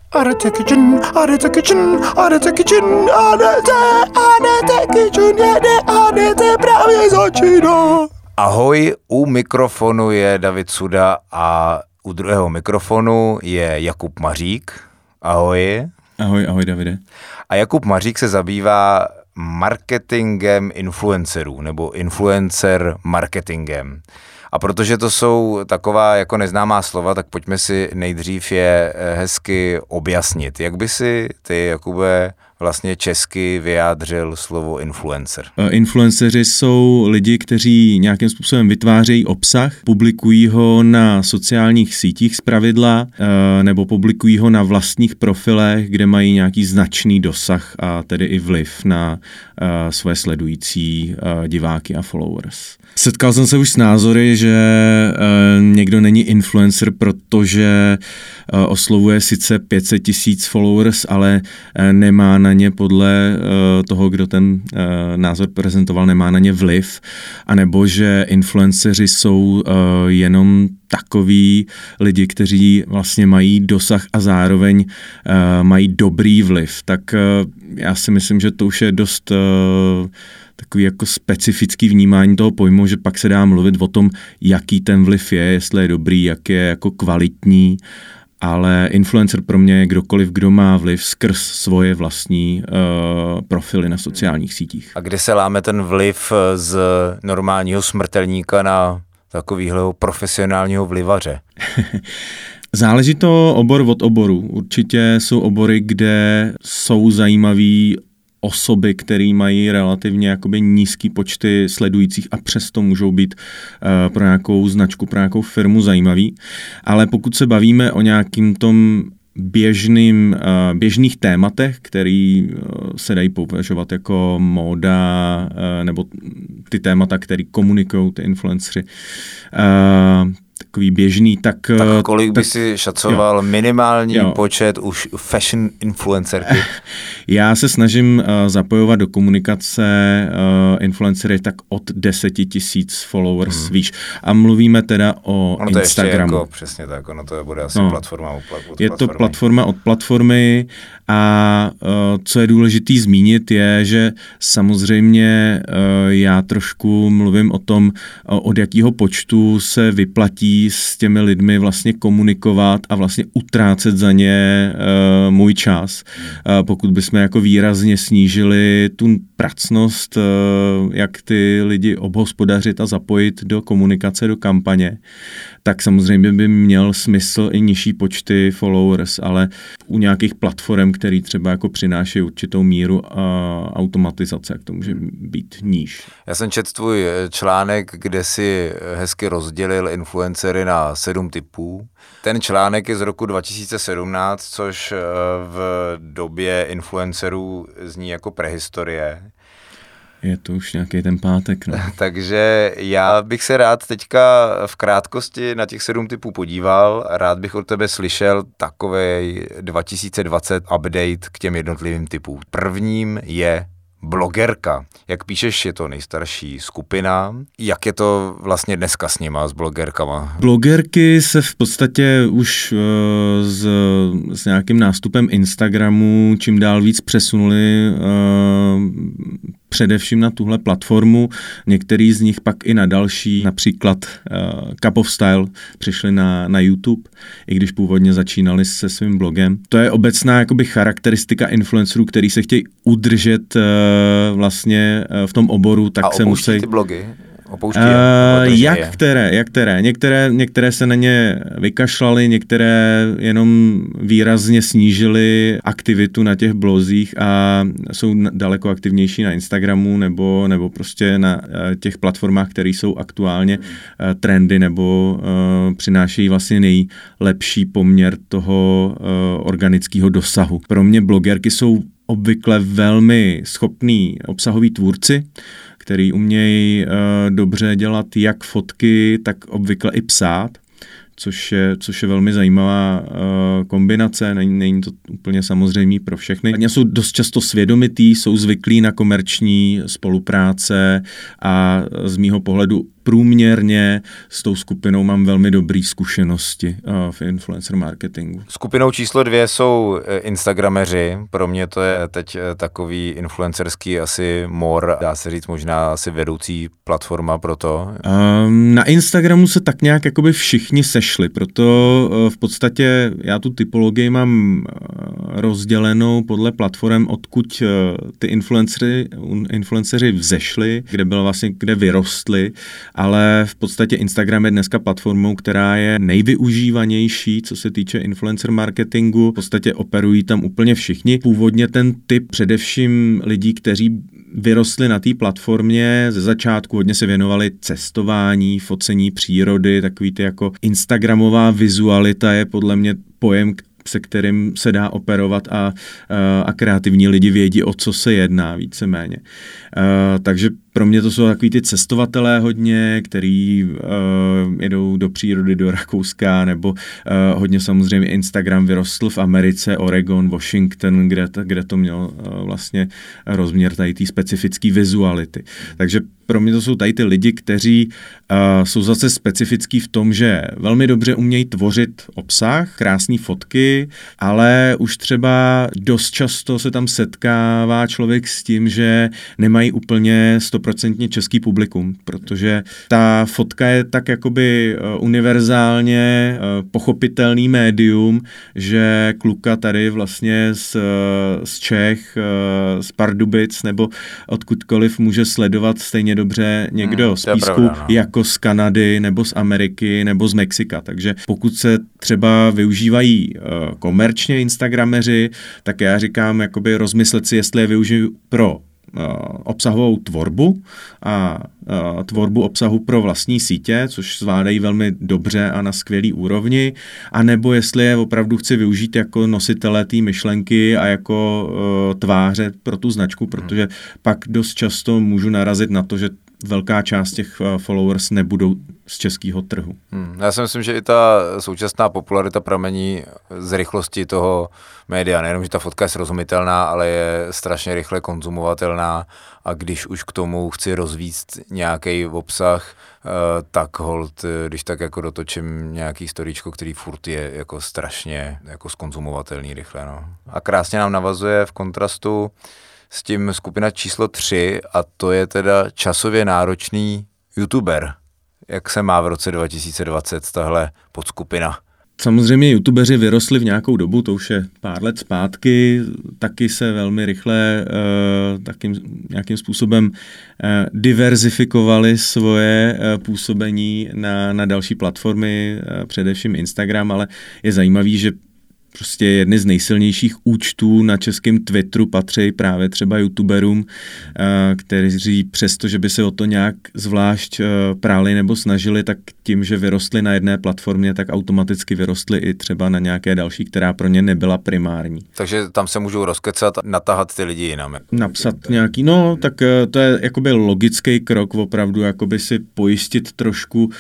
Arete Kitchen, Arete Kitchen, Arete Kitchen, Arete Kitchen, Arete právě začíná. Ahoj, u mikrofonu je David Suda a u druhého mikrofonu je Jakub Mařík. Ahoj. Ahoj Davide. A Jakub Mařík se zabývá marketingem influencerů nebo influencer marketingem. A protože to jsou taková jako neznámá slova, tak pojďme si nejdřív je hezky objasnit. Jak by si ty, Jakube, vlastně česky vyjádřil slovo influencer? Influenceři jsou lidi, kteří nějakým způsobem vytvářejí obsah, publikují ho na sociálních sítích zpravidla, nebo publikují ho na vlastních profilech, kde mají nějaký značný dosah a tedy i vliv na svoje sledující diváky a followers. Setkal jsem se už s názory, že někdo není influencer, protože oslovuje sice 500 000 followers, ale nemá na ně podle toho, kdo ten názor prezentoval, nemá na ně vliv, anebo že influenceři jsou jenom takový lidi, kteří vlastně mají dosah a zároveň mají dobrý vliv. Tak já si myslím, že to už je dost takový jako specifický vnímání toho pojmu, že pak se dá mluvit o tom, jaký ten vliv je, jestli je dobrý, jak je jako kvalitní, ale influencer pro mě je kdokoliv, kdo má vliv skrz svoje vlastní profily na sociálních sítích. A kde se láme ten vliv z normálního smrtelníka na takovýhleho profesionálního vlivaře? Záleží to obor od oboru. Určitě jsou obory, kde jsou zajímavý osoby, které mají relativně jakoby nízký počty sledujících a přesto můžou být pro nějakou značku, pro nějakou firmu zajímavý. Ale pokud se bavíme o nějakým tom běžných tématech, který se dají považovat jako móda nebo ty témata, které komunikují ty influenceri, takový běžný, tak kolik by si šacoval minimální počet už fashion influencerky? Já se snažím zapojovat do komunikace influencery tak od 10 000 followers výš. A mluvíme teda o Instagramu. Jako, přesně tak, ono to bude asi platforma od platformy. Je to platforma od platformy a co je důležitý zmínit je, že samozřejmě já trošku mluvím o tom, od jakého počtu se vyplatí s těmi lidmi vlastně komunikovat a vlastně utrácet za ně můj čas. Pokud bychom jako výrazně snížili tu pracnost, jak ty lidi obhospodařit a zapojit do komunikace, do kampaně, tak samozřejmě by měl smysl i nižší počty followers, ale u nějakých platform, který třeba jako přináší určitou míru automatizace, jak to může být níž. Já jsem četl tvůj článek, kde si hezky rozdělil influencery na 7 typů. Ten článek je z roku 2017, což v době influencerů zní jako prehistorie. Je to už nějaký ten pátek, no. Takže já bych se rád teďka v krátkosti na těch 7 typů podíval. Rád bych od tebe slyšel takovej 2020 update k těm jednotlivým typům. Prvním je blogerka. Jak píšeš, je to nejstarší skupina. Jak je to vlastně dneska s nima, s blogerkama? Blogerky se v podstatě už s nějakým nástupem Instagramu čím dál víc přesunuli především na tuhle platformu. Některý z nich pak i na další, například Cup of Style, přišli na YouTube, i když původně začínali se svým blogem. To je obecná jakoby charakteristika influencerů, který se chtějí udržet vlastně v tom oboru, tak se musí... ty blogy? Jak které? Některé se na ně vykašlaly, některé jenom výrazně snížily aktivitu na těch blozích a jsou daleko aktivnější na Instagramu nebo prostě na těch platformách, které jsou aktuálně trendy nebo přinášejí vlastně nejlepší poměr toho organického dosahu. Pro mě blogerky jsou obvykle velmi schopní obsahoví tvůrci, který umějí dobře dělat jak fotky, tak obvykle i psát, což je velmi zajímavá kombinace, není to úplně samozřejmé pro všechny. Oni jsou dost často svědomitý, jsou zvyklí na komerční spolupráce a z mýho pohledu průměrně s tou skupinou mám velmi dobré zkušenosti v influencer marketingu. Skupinou číslo 2 jsou instagrameři. Pro mě to je teď takový influencerský asi mor, dá se říct možná asi vedoucí platforma pro to. Na Instagramu se tak nějak jakoby všichni sešli, proto v podstatě já tu typologii mám rozdělenou podle platform, odkud ty influenceři vzešli, kde vyrostli, ale v podstatě Instagram je dneska platformou, která je nejvyužívanější, co se týče influencer marketingu. V podstatě operují tam úplně všichni. Původně ten typ především lidí, kteří vyrostli na té platformě, ze začátku hodně se věnovali cestování, focení přírody, takový ty jako instagramová vizualita je podle mě pojem, se kterým se dá operovat a kreativní lidi vědí, o co se jedná víceméně. Takže pro mě to jsou takový ty cestovatelé hodně, který jedou do přírody, do Rakouska, nebo hodně samozřejmě Instagram vyrostl v Americe, Oregon, Washington, kde to mělo vlastně rozměr tady té specifické vizuality. Takže pro mě to jsou tady ty lidi, kteří jsou zase specifický v tom, že velmi dobře umějí tvořit obsah, krásné fotky, ale už třeba dost často se tam setkává člověk s tím, že nemají úplně 100% český publikum, protože ta fotka je tak jakoby univerzálně pochopitelný médium, že kluka tady vlastně z Čech, z Pardubic nebo odkudkoliv může sledovat stejně dobře někdo z Písku, jako z Kanady nebo z Ameriky nebo z Mexika. Takže pokud se třeba využívají komerčně instagrameři, tak já říkám jakoby rozmyslet si, jestli je využiju pro obsahovou tvorbu a tvorbu obsahu pro vlastní sítě, což zvládají velmi dobře a na skvělý úrovni, anebo jestli je opravdu chci využít jako nositele té myšlenky a jako tváře pro tu značku, protože pak dost často můžu narazit na to, že velká část těch followers nebudou z českého trhu. Já si myslím, že i ta současná popularita pramení z rychlosti toho média. Nejenom, že ta fotka je srozumitelná, ale je strašně rychle konzumovatelná a když už k tomu chci rozvíct nějaký obsah, tak hold, když tak jako dotočím nějaký storíčko, který furt je jako strašně jako skonzumovatelný rychle. No. A krásně nám navazuje v kontrastu s tím skupina číslo 3 a to je teda časově náročný youtuber. Jak se má v roce 2020 tahle podskupina? Samozřejmě youtubeři vyrostli v nějakou dobu, to už je pár let zpátky, taky se velmi rychle nějakým způsobem diverzifikovali svoje působení na další platformy, především Instagram, ale je zajímavý, že prostě jedny z nejsilnějších účtů na českém Twitteru patří právě třeba youtuberům, kteří přesto, že by se o to nějak zvlášť práli nebo snažili, tak tím, že vyrostli na jedné platformě, tak automaticky vyrostli i třeba na nějaké další, která pro ně nebyla primární. Takže tam se můžou rozkecat a natahat ty lidi jinam. Napsat nějaký, no, tak to je jakoby logický krok opravdu, jakoby si pojistit trošku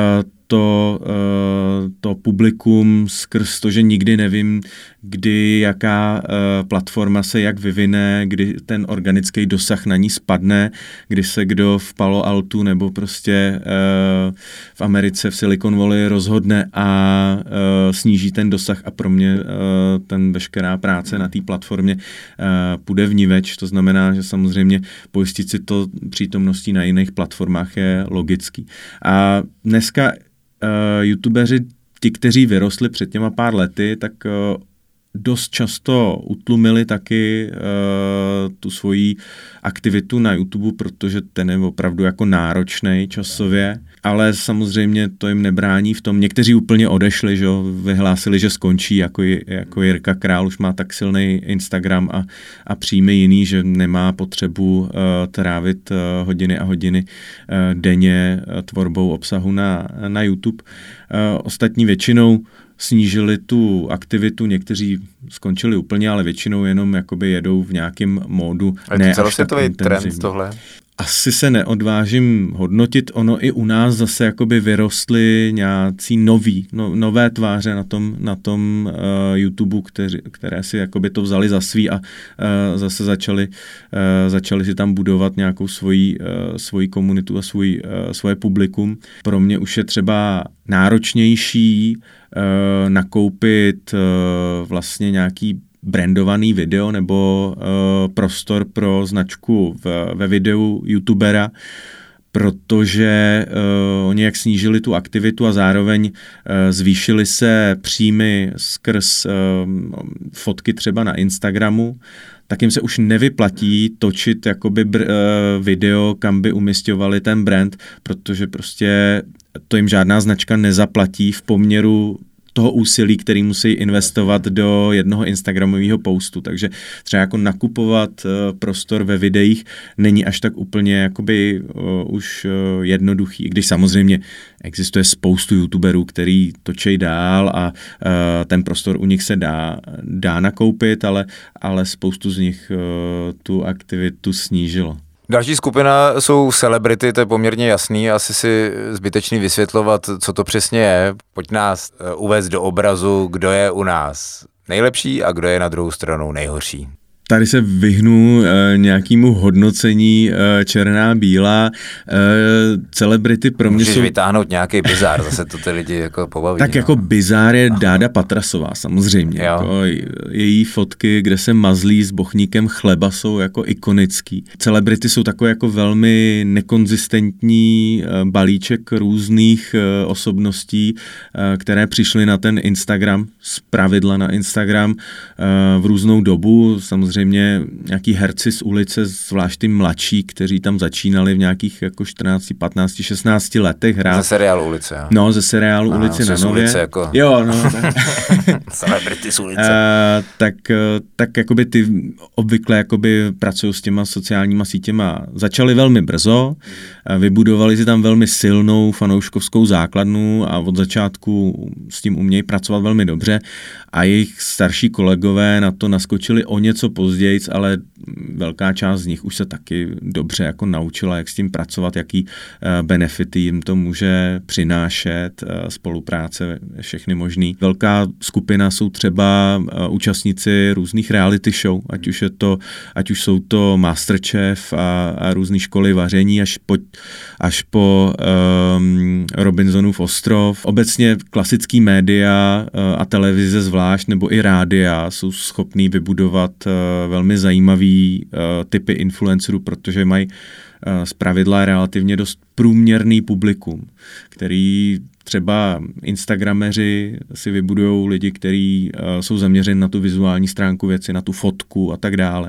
to publikum skrz to, že nikdy nevím, kdy jaká platforma se jak vyvine, kdy ten organický dosah na ní spadne, kdy se kdo v Palo Altu nebo prostě v Americe v Silicon Valley rozhodne a sníží ten dosah a pro mě ten veškerá práce na té platformě půjde vniveč. To znamená, že samozřejmě pojistit si to přítomností na jiných platformách je logický. A dneska youtubeři, ti, kteří vyrostli před těma pár lety, tak dost často utlumili taky tu svoji aktivitu na YouTube, protože ten je opravdu jako náročnej časově, ale samozřejmě to jim nebrání v tom. Někteří úplně odešli, že vyhlásili, že skončí, jako Jirka Král už má tak silný Instagram a příjmy jiný, že nemá potřebu trávit hodiny a hodiny denně tvorbou obsahu na YouTube. Ostatní většinou snížili tu aktivitu, někteří skončili úplně, ale většinou jenom jakoby jedou v nějakém módu. Ale to celosvětový trend tohle? asi se neodvážím hodnotit, ono i u nás zase jakoby vyrostly nějací nové tváře na tom YouTube, které si jakoby to vzali za svý a zase začali si tam budovat nějakou svoji komunitu a svoje publikum. Pro mě už je třeba náročnější nakoupit vlastně nějaký brandovaný video nebo prostor pro značku ve videu youtubera, protože oni jak snížili tu aktivitu a zároveň zvýšily se příjmy skrz fotky třeba na Instagramu, tak jim se už nevyplatí točit jakoby video, kam by umisťovali ten brand, protože prostě to jim žádná značka nezaplatí v poměru toho úsilí, který musí investovat do jednoho instagramového postu. Takže třeba jako nakupovat prostor ve videích není až tak úplně jakoby už jednoduchý. Když samozřejmě existuje spoustu youtuberů, který točí dál a ten prostor u nich se dá nakoupit, ale spoustu z nich tu aktivitu snížilo. Další skupina jsou celebrity, to je poměrně jasný, asi si zbytečný vysvětlovat, co to přesně je. Pojď nás uvést do obrazu, kdo je u nás nejlepší a kdo je na druhou stranu nejhorší. Tady se vyhnu nějakému hodnocení černá, bílá. Celebrity pro mě Můžeš jsou... vytáhnout nějaký bizár, zase to ty lidi jako pobaví. Tak jako bizár je Dáda Patrasová samozřejmě. Jako její fotky, kde se mazlí s bochníkem chleba, jsou jako ikonický. Celebrity jsou takové jako velmi nekonzistentní balíček různých osobností, které přišly na ten Instagram, zpravidla na Instagram v různou dobu. Samozřejmě nějaký herci z ulice, zvlášť ty mladší, kteří tam začínali v nějakých jako 14, 15, 16 letech hrát. Ze seriálu Ulice. Jo. No, ze seriálu Ulice na Nově. Ulice jako... Jo, no. Celebrity z ulice. Tak jakoby ty obvykle jakoby pracují s těma sociálníma sítěma. Začali velmi brzo, vybudovali si tam velmi silnou fanouškovskou základnu a od začátku s tím umějí pracovat velmi dobře a jejich starší kolegové na to naskočili o něco později, ale velká část z nich už se taky dobře jako naučila, jak s tím pracovat, jaký benefity jim to může přinášet, spolupráce, všechny možný. Velká skupina jsou třeba účastníci různých reality show, ať už jsou to Masterchef a různé školy vaření až po Robinsonův ostrov. Obecně klasický média a televize zvlášť, nebo i rádia jsou schopný vybudovat velmi zajímavý typy influencerů, protože mají zpravidla relativně dost průměrný publikum, který třeba instagrameři si vybudujou lidi, kteří jsou zaměřeni na tu vizuální stránku věci, na tu fotku a tak dále.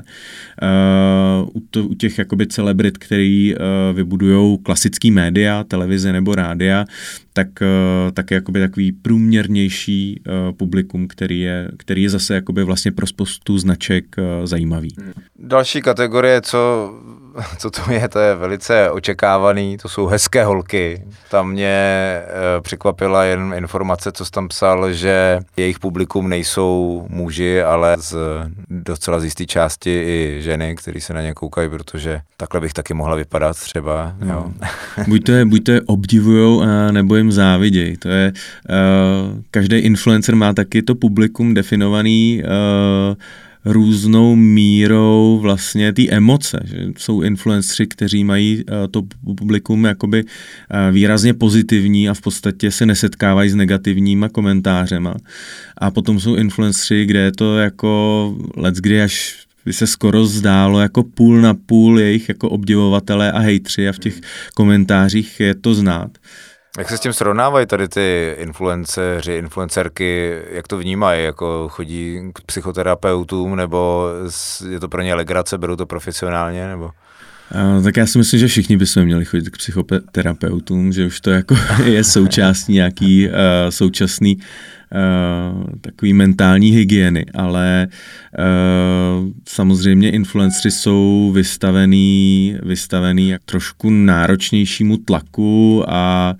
U těch jakoby celebrit, který vybudujou klasický média, televize nebo rádia, tak je jakoby takový průměrnější publikum, který je zase jakoby vlastně pro spoustu značek zajímavý. Další kategorie, co to je velice očekávaný, to jsou hezké holky. Tam mě překvapila jen informace, co jsi tam psal, že jejich publikum nejsou muži, ale docela z jisté části i ženy, který se na ně koukají, protože takhle bych taky mohla vypadat třeba. Jo. Buď to je obdivujou, nebo jim záviděj. To je, každý influencer má taky to publikum definovaný různou mírou vlastně ty emoce, že jsou influenceri, kteří mají to publikum jakoby výrazně pozitivní a v podstatě se nesetkávají s negativníma komentářema. A potom jsou influenceri, kde je to jako leckdy až by se skoro zdálo jako půl na půl jejich jako obdivovatelé a hejtři a v těch komentářích je to znát. Jak se s tím srovnávají tady ty influenceři, influencerky, jak to vnímají, jako chodí k psychoterapeutům, nebo je to pro ně legrace, berou to profesionálně, nebo? Tak já si myslím, že všichni bychom měli chodit k psychoterapeutům, že už to jako je součástí nějaký současný takový mentální hygieny, ale samozřejmě influenceri jsou vystavený trošku náročnějšímu tlaku a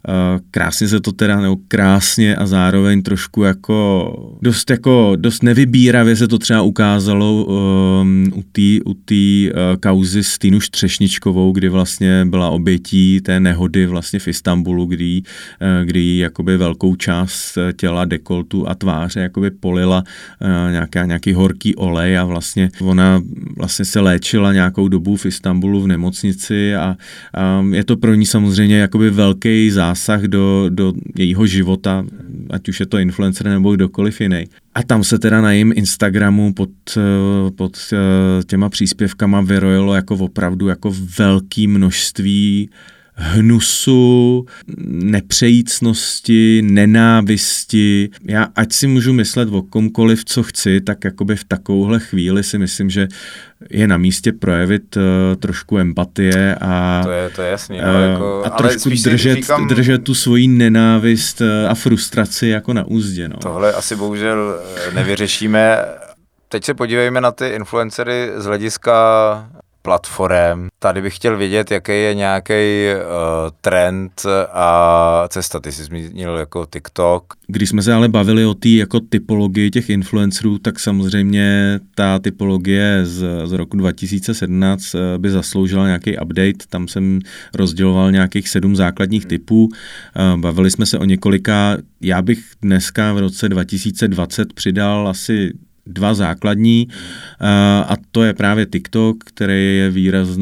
krásně se to teda, nebo krásně a zároveň trošku dost nevybíravě se to třeba ukázalo u té kauzy s Týnu Střešničkovou, kdy vlastně byla obětí té nehody vlastně v Istanbulu, kdy jakoby velkou část těla, dekoltu a tváře jakoby polila nějaký horký olej a vlastně ona vlastně se léčila nějakou dobu v Istanbulu v nemocnici a je to pro ní samozřejmě jakoby velký zásah do jejího života, ať už je to influencer nebo kdokoliv jiný. A tam se teda na jejím Instagramu pod těma příspěvkama vyrojilo jako opravdu jako velké množství hnusu, nepřejícnosti, nenávisti. Já ať si můžu myslet o komkoliv, co chci, tak jakoby v takovouhle chvíli si myslím, že je na místě projevit trošku empatie a to je jasný, a trošku držet tu svoji nenávist a frustraci jako na úzdě. No. Tohle asi bohužel nevyřešíme. Teď se podívejme na ty influencery z hlediska platform. Tady bych chtěl vědět, jaký je nějaký trend a cesta. Ty jsi zmínil jako TikTok. Když jsme se ale bavili o té jako typologii těch influencerů, tak samozřejmě ta typologie z roku 2017 by zasloužila nějaký update. Tam jsem rozděloval nějakých 7 základních typů. Bavili jsme se o několika. Já bych dneska v roce 2020 přidal asi 2 základní a to je právě TikTok, který je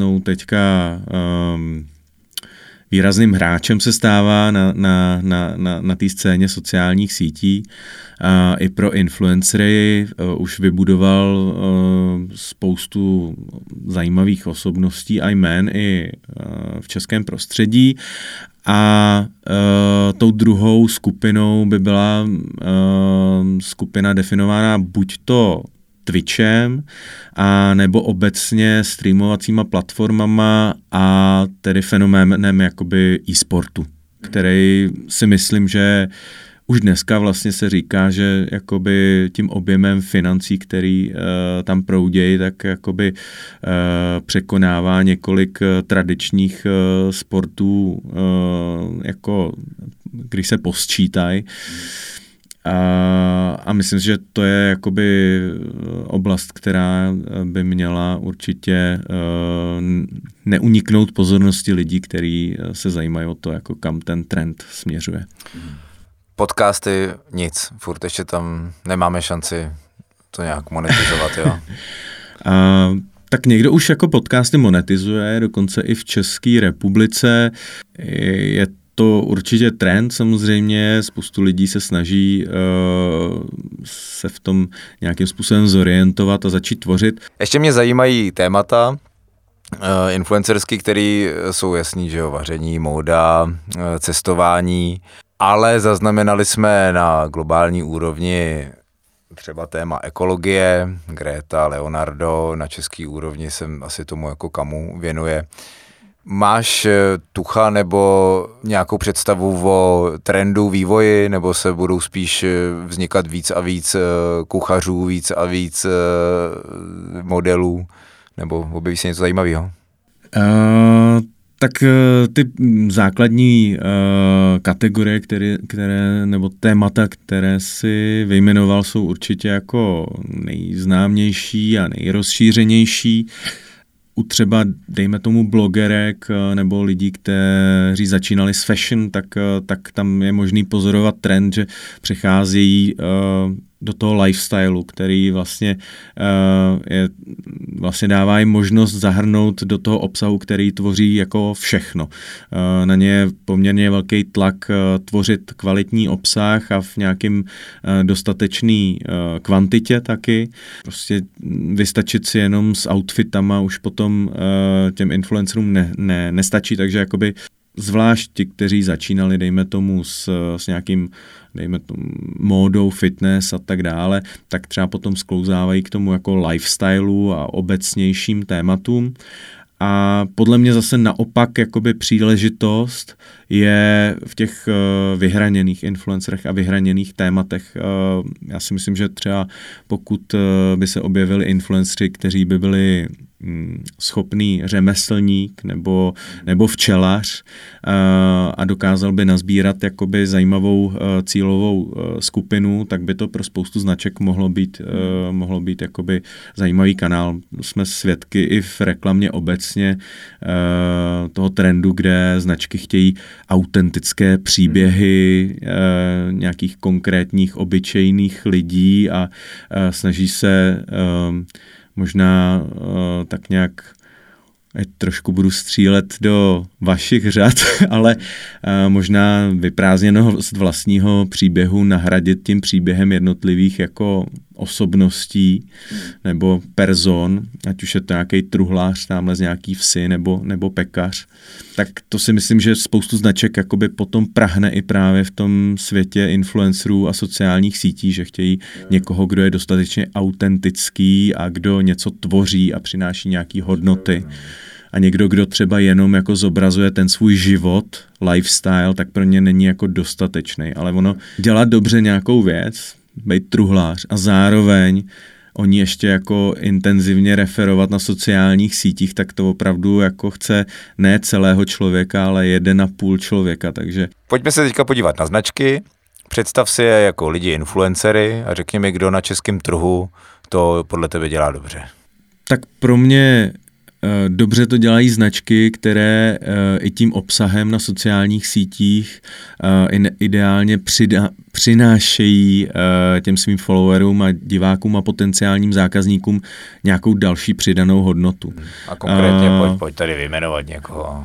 výrazným hráčem se stává na té scéně sociálních sítí. I pro influencery už vybudoval spoustu zajímavých osobností a jmén i v českém prostředí. A tou druhou skupinou by byla skupina definovaná buď to Twitchem, a nebo obecně streamovacíma platformama a tedy fenoménem jakoby e-sportu, který si myslím, že už dneska vlastně se říká, že jakoby tím objemem financí, který tam proudějí, tak jakoby překonává několik tradičních sportů, jako když se posčítají. A myslím, že to je jakoby oblast, která by měla určitě neuniknout pozornosti lidí, kteří se zajímají o to, jako kam ten trend směřuje. Podcasty nic, furt ještě tam nemáme šanci to nějak monetizovat, jo? Tak někdo už jako podcasty monetizuje, dokonce i v České republice. Je to určitě trend samozřejmě, spoustu lidí se snaží se v tom nějakým způsobem zorientovat a začít tvořit. Ještě mě zajímají témata influencerský, který jsou jasný, že jo, vaření, móda, cestování, ale zaznamenali jsme na globální úrovni třeba téma ekologie, Greta, Leonardo, na české úrovni jsem asi tomu jako kamu věnuje. Máš tucha nebo nějakou představu o trendu vývoji, nebo se budou spíš vznikat víc a víc kuchařů, víc a víc modelů, nebo objeví se něco zajímavého? Tak ty základní kategorie, které nebo témata, které si vyjmenoval, jsou určitě jako nejznámější a nejrozšířenější. U třeba, dejme tomu, blogerek nebo lidí, kteří začínali s fashion, tak tam je možný pozorovat trend, že přecházejí do toho lifestylu, který vlastně dává jim možnost zahrnout do toho obsahu, který tvoří jako všechno. Na ně je poměrně velký tlak tvořit kvalitní obsah a v nějakým dostatečný kvantitě taky. Prostě vystačit si jenom s outfitama už potom těm influencerům nestačí, takže jakoby zvlášť ti, kteří začínali, dejme tomu, s nějakým, dejme tomu, módou, fitness a tak dále, tak třeba potom sklouzávají k tomu jako lifestylu a obecnějším tématům. A podle mě zase naopak jakoby příležitost je v těch vyhraněných influencerech a vyhraněných tématech. Já si myslím, že třeba pokud by se objevili influenceri, kteří by byli schopný řemeslník nebo včelař a dokázal by nazbírat jakoby zajímavou cílovou skupinu, tak by to pro spoustu značek mohlo být jakoby zajímavý kanál. Jsme svědky i v reklamě obecně toho trendu, kde značky chtějí autentické příběhy nějakých konkrétních obyčejných lidí a snaží se možná tak nějak, trošku budu střílet do vašich řad, ale možná vyprázdněnost vlastního příběhu nahradit tím příběhem jednotlivých jako osobností nebo person, ať už je to nějaký truhlář tamhle z nějaký vsi nebo pekař. Tak to si myslím, že spoustu značek jakoby potom prahne i právě v tom světě influencerů a sociálních sítí, že chtějí někoho, kdo je dostatečně autentický a kdo něco tvoří a přináší nějaký hodnoty. A někdo, kdo třeba jenom jako zobrazuje ten svůj život, lifestyle, tak pro ně není jako dostatečný. Ale ono dělat dobře nějakou věc, být truhlář a zároveň oni ještě jako intenzivně referovat na sociálních sítích, tak to opravdu jako chce ne celého člověka, ale 1,5 člověka, takže... Pojďme se teďka podívat na značky, představ si je jako lidi influencery a řekni mi, kdo na českém trhu to podle tebe dělá dobře. Tak pro mě dobře to dělají značky, které i tím obsahem na sociálních sítích ideálně přinášejí těm svým followerům a divákům a potenciálním zákazníkům nějakou další přidanou hodnotu. A konkrétně pojď tady vyjmenovat někoho.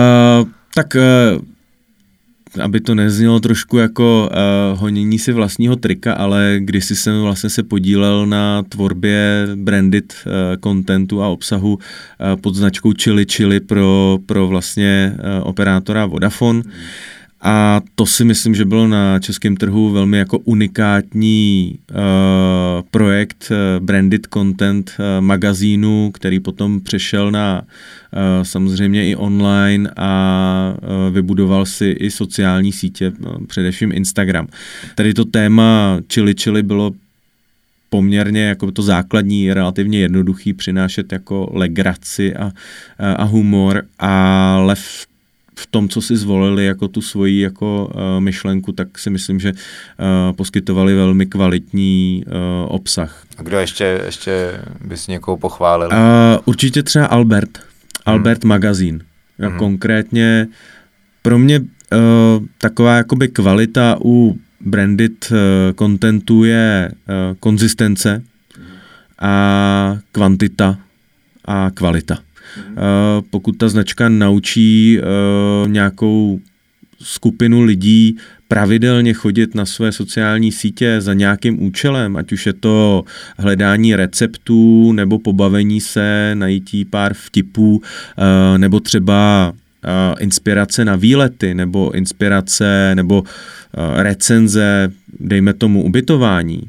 Aby to neznělo trošku jako honění si vlastního trika, ale kdysi jsem vlastně se podílel na tvorbě branded contentu a obsahu pod značkou Chili pro vlastně operátora Vodafone. A to si myslím, že bylo na českém trhu velmi jako unikátní projekt branded content magazínu, který potom přešel na samozřejmě i online a vybudoval si i sociální sítě, především Instagram. Tady to téma Chili bylo poměrně jako to základní, relativně jednoduchý, přinášet jako legraci a humor, ale v tom, co si zvolili jako tu svoji jako myšlenku, tak si myslím, že poskytovali velmi kvalitní obsah. A kdo ještě bys někoho pochválil? Určitě třeba Albert magazín. Konkrétně pro mě taková jakoby kvalita u branded contentu je konzistence a kvantita a kvalita. Pokud ta značka naučí nějakou skupinu lidí pravidelně chodit na své sociální sítě za nějakým účelem, ať už je to hledání receptů, nebo pobavení se, najítí pár vtipů, nebo třeba inspirace na výlety, nebo inspirace, nebo recenze, dejme tomu ubytování.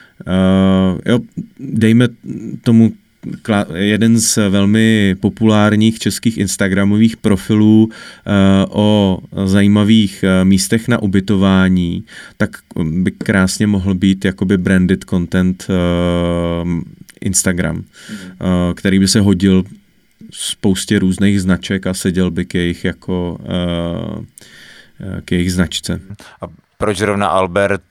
Dejme tomu jeden z velmi populárních českých instagramových profilů o zajímavých místech na ubytování, tak by krásně mohl být jakoby branded content Instagram, který by se hodil spoustě různých značek a seděl by k jejich značce. A proč zrovna Albert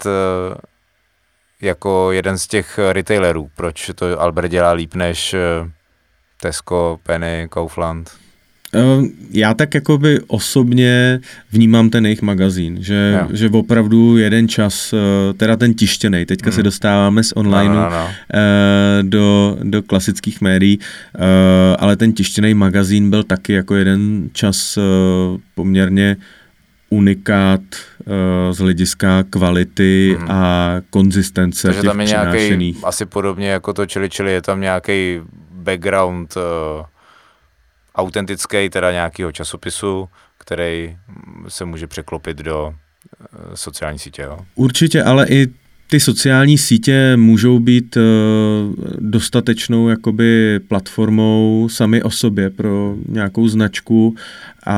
jako jeden z těch retailerů? Proč to Albert dělá líp než Tesco, Penny, Kaufland? Já tak jakoby osobně vnímám ten jejich magazín, že opravdu jeden čas, teda ten tištěnej, teďka se dostáváme z online do klasických médií, ale ten tištěnej magazín byl taky jako jeden čas poměrně unikát z hlediska kvality a konzistence těch přinášených. Takže tam je nějaký, asi podobně jako to Chili, je tam nějaký background autentický, teda nějakého časopisu, který se může překlopit do sociální sítě. Jo? Určitě, ale i ty sociální sítě můžou být dostatečnou jakoby platformou sami o sobě pro nějakou značku,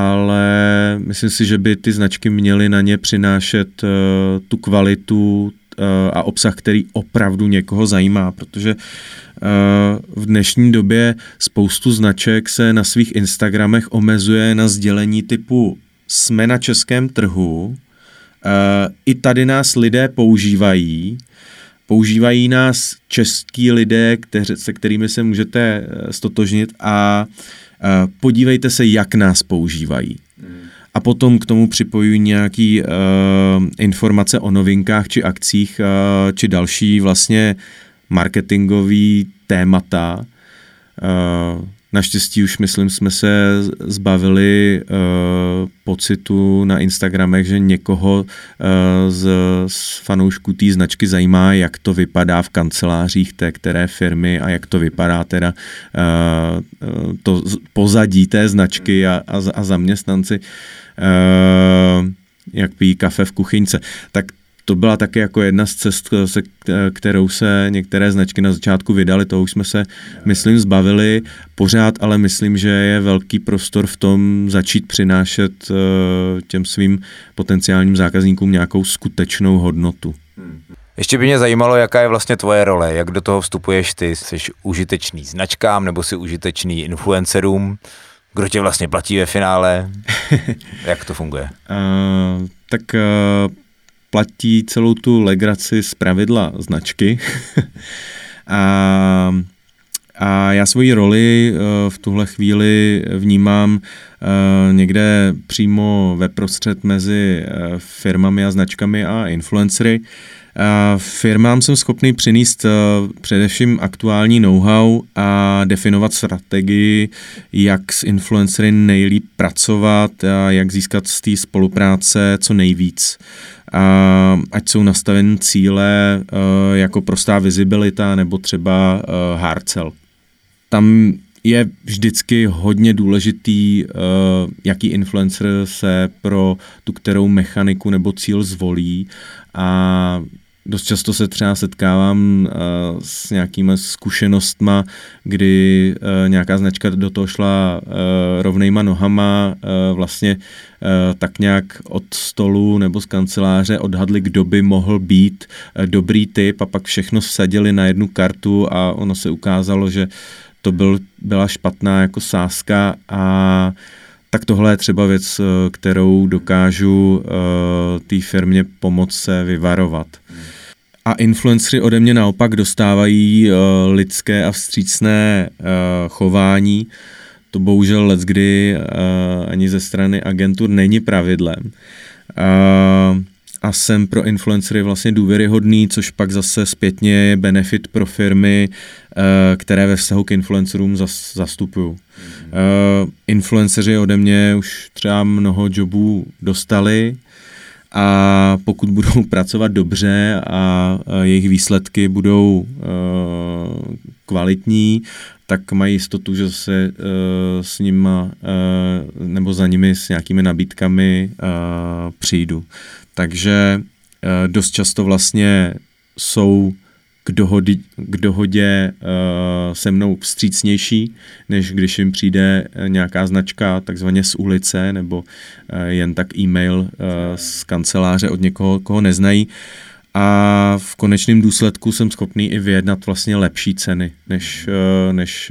ale myslím si, že by ty značky měly na ně přinášet tu kvalitu a obsah, který opravdu někoho zajímá, protože v dnešní době spoustu značek se na svých Instagramech omezuje na sdělení typu jsme na českém trhu, i tady nás lidé používají nás český lidé, se kterými se můžete stotožnit a podívejte se, jak nás používají. A potom k tomu připojují nějaké informace o novinkách či akcích či další vlastně marketingový témata. Naštěstí už, myslím, jsme se zbavili pocitu na Instagramech, že někoho z fanoušků té značky zajímá, jak to vypadá v kancelářích té které firmy a jak to vypadá teda to pozadí té značky a zaměstnanci, jak pijí kafe v kuchyňce. Tak to byla taky jako jedna z cest, kterou se některé značky na začátku vydaly, toho už jsme se, myslím, zbavili pořád, ale myslím, že je velký prostor v tom začít přinášet těm svým potenciálním zákazníkům nějakou skutečnou hodnotu. Ještě by mě zajímalo, jaká je vlastně tvoje role, jak do toho vstupuješ ty, jsi užitečný značkám nebo jsi užitečný influencerům, kdo tě vlastně platí ve finále, jak to funguje? Platí celou tu legraci z pravidla značky a já svoji roli v tuhle chvíli vnímám někde přímo ve prostřed mezi firmami a značkami a influencery. Firmám jsem schopný přinést především aktuální know-how a definovat strategii, jak s influencery nejlíp pracovat a jak získat z té spolupráce co nejvíc. Ať jsou nastaveny cíle jako prostá vizibilita nebo třeba hard sell. Tam je vždycky hodně důležitý, jaký influencer se pro tu kterou mechaniku nebo cíl zvolí a dost často se třeba setkávám s nějakýma zkušenostma, kdy nějaká značka do toho šla rovnejma nohama, vlastně tak nějak od stolu nebo z kanceláře odhadli, kdo by mohl být dobrý typ a pak všechno vsadili na jednu kartu a ono se ukázalo, že to byla špatná jako sázka a tak tohle je třeba věc, kterou dokážu té firmě pomoct se vyvarovat. A influenceři ode mě naopak dostávají lidské a vstřícné chování. To bohužel leckdy ani ze strany agentur není pravidlem. A jsem pro influencery vlastně důvěryhodný, což pak zase zpětně je benefit pro firmy, které ve vztahu k influencerům zastupují. Influenceři ode mě už třeba mnoho jobů dostali a pokud budou pracovat dobře a jejich výsledky budou kvalitní, tak mají jistotu, že se s nima nebo za nimi s nějakými nabídkami přijdu. Takže dost často vlastně jsou k dohodě se mnou vstřícnější, než když jim přijde nějaká značka takzvaně z ulice nebo jen tak e-mail z kanceláře od někoho, koho neznají. A v konečném důsledku jsem schopný i vyjednat vlastně lepší ceny, než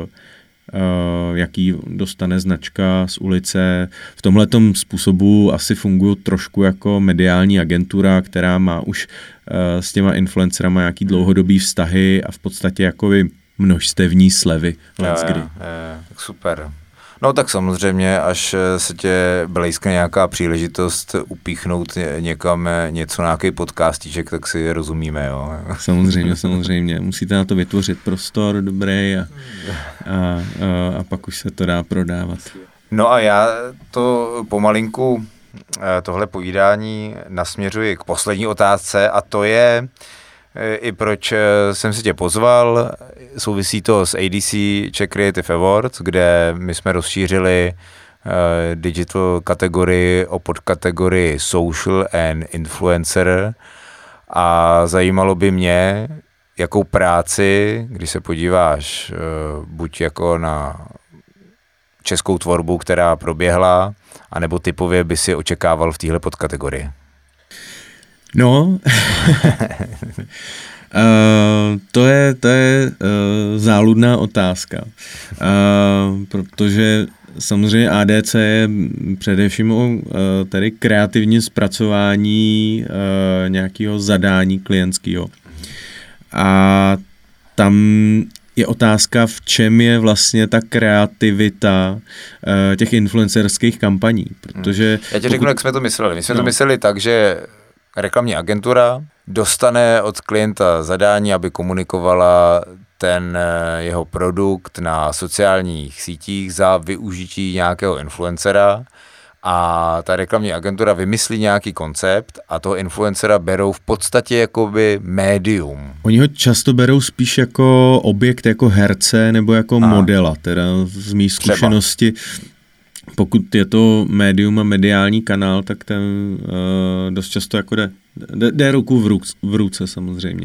jaký dostane značka z ulice. V tomhletom způsobu asi funguji trošku jako mediální agentura, která má už s těma influencerama nějaký dlouhodobý vztahy a v podstatě jakoby množstevní slevy. Tak super. No tak samozřejmě, až se tě blejskne nějaká příležitost upíchnout někam něco, nějaký podcastíček, tak si rozumíme, jo. Samozřejmě. Musíte na to vytvořit prostor dobrý a pak už se to dá prodávat. No a já to pomalinku, tohle povídání nasměřuji k poslední otázce a to je i proč jsem si tě pozval. Souvisí to s ADC Czech Creative Awards, kde my jsme rozšířili digital kategorii o podkategorii social and influencer a zajímalo by mě, jakou práci, když se podíváš buď jako na českou tvorbu, která proběhla, anebo typově by si očekával v téhle podkategorii. No, to je záludná otázka, protože samozřejmě ADC je především o tedy kreativním zpracování nějakého zadání klientského. A tam je otázka, v čem je vlastně ta kreativita těch influencerských kampaní, protože... Já ti řeknu, jak jsme to mysleli. My jsme to mysleli tak, že reklamní agentura dostane od klienta zadání, aby komunikovala ten jeho produkt na sociálních sítích za využití nějakého influencera a ta reklamní agentura vymyslí nějaký koncept a toho influencera berou v podstatě jakoby médium. Oni ho často berou spíš jako objekt, jako herce nebo jako modela, teda z mých zkušenosti. Pokud je to médium a mediální kanál, tak ten dost často jako jde ruku v ruce samozřejmě.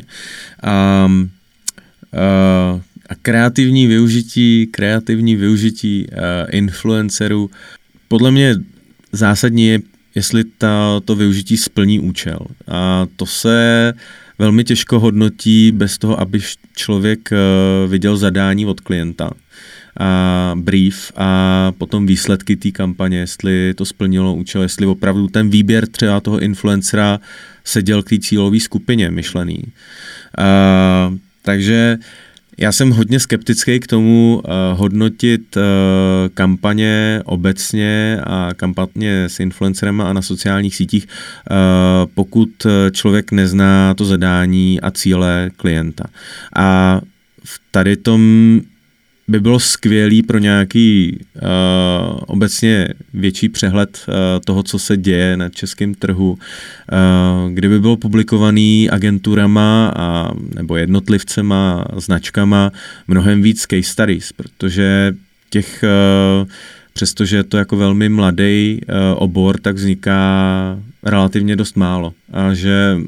A kreativní využití influencerů, podle mě zásadní je, jestli to využití splní účel. A to se velmi těžko hodnotí bez toho, aby člověk viděl zadání od klienta a brief a potom výsledky té kampaně, jestli to splnilo účel, jestli opravdu ten výběr třeba toho influencera seděl k té cílové skupině myšlený. Takže já jsem hodně skeptický k tomu hodnotit kampaně obecně a kampaně s influencerema a na sociálních sítích, pokud člověk nezná to zadání a cíle klienta. A v tady tom by bylo skvělý pro nějaký obecně větší přehled toho, co se děje na českém trhu, kdyby bylo publikovaný agenturama nebo jednotlivcema, značkama mnohem víc case studies, protože přestože je to jako velmi mladý obor, tak vzniká relativně dost málo. A že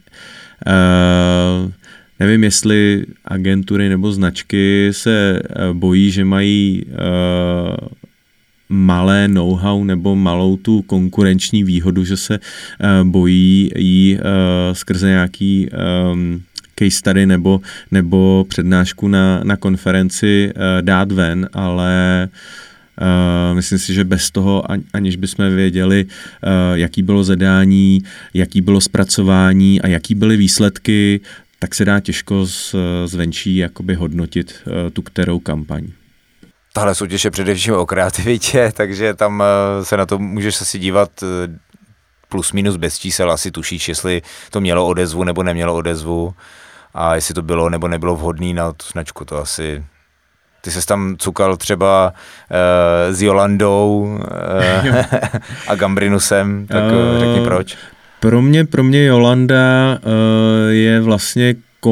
nevím, jestli agentury nebo značky se bojí, že mají malé know-how nebo malou tu konkurenční výhodu, že se bojí jí skrze nějaký case study nebo přednášku na konferenci dát ven, ale myslím si, že bez toho, aniž bychom věděli, jaký bylo zadání, jaký bylo zpracování a jaký byly výsledky, tak se dá těžko zvenčí jakoby hodnotit tu kterou kampaň. Tahle soutěž je především o kreativitě, takže tam se na to můžeš asi dívat plus minus bez čísel, asi tušíš, jestli to mělo odezvu nebo nemělo odezvu a jestli to bylo nebo nebylo vhodný na tu značku, to asi... Ty ses tam cukal třeba s Jolandou a Gambrinusem, tak řekni proč. Pro mě Jolanda je vlastně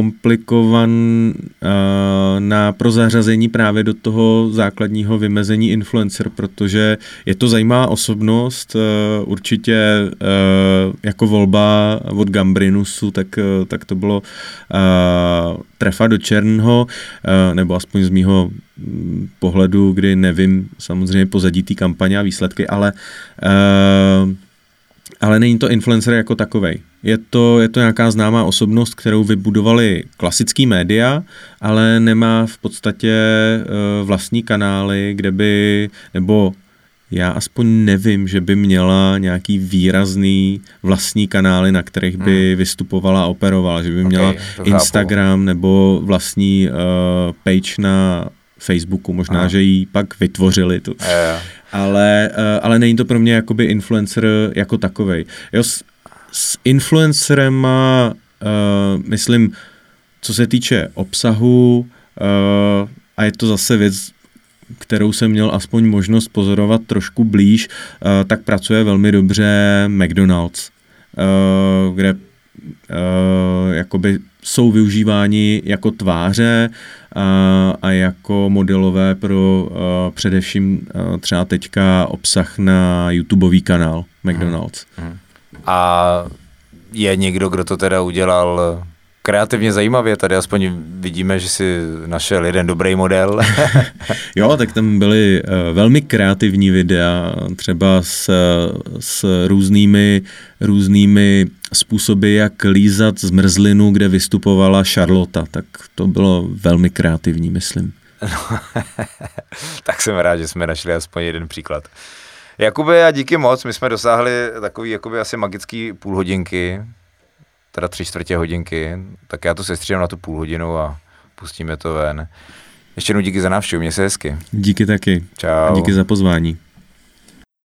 komplikovaná pro zařazení právě do toho základního vymezení influencer, protože je to zajímavá osobnost, určitě jako volba od Gambrinusu, tak to bylo trefa do černého, nebo aspoň z mýho pohledu, kdy nevím samozřejmě pozadí té kampaně a výsledky, ale není to influencer jako takovej. Je to nějaká známá osobnost, kterou vybudovali klasický média, ale nemá v podstatě vlastní kanály, kde by, nebo já aspoň nevím, že by měla nějaký výrazný vlastní kanály, na kterých by vystupovala a operovala, že by měla Instagram nebo vlastní page na Facebooku, možná, že ji pak vytvořili tu. Ale není to pro mě jakoby influencer jako takovej. Jo, s influencerema, myslím, co se týče obsahu, a je to zase věc, kterou jsem měl aspoň možnost pozorovat trošku blíž, tak pracuje velmi dobře McDonald's, kde jakoby jsou využíváni jako tváře a jako modelové pro především třeba teďka obsah na YouTubeový kanál McDonald's. A je někdo, kdo to teda udělal kreativně zajímavě, tady aspoň vidíme, že si našel jeden dobrý model. Jo, tak tam byly velmi kreativní videa, třeba s různými způsoby, jak lízat zmrzlinu, kde vystupovala Charlotta, tak to bylo velmi kreativní, myslím. No, tak jsem rád, že jsme našli aspoň jeden příklad. Jakube, a díky moc, my jsme dosáhli takový jakoby asi magický půlhodinky, teda 3/4 hodinky, tak já to sestřídám na tu půl hodinu a pustíme to ven. Ještě jednou díky za návštěvu, měj se hezky. Díky taky. Čau. Díky za pozvání.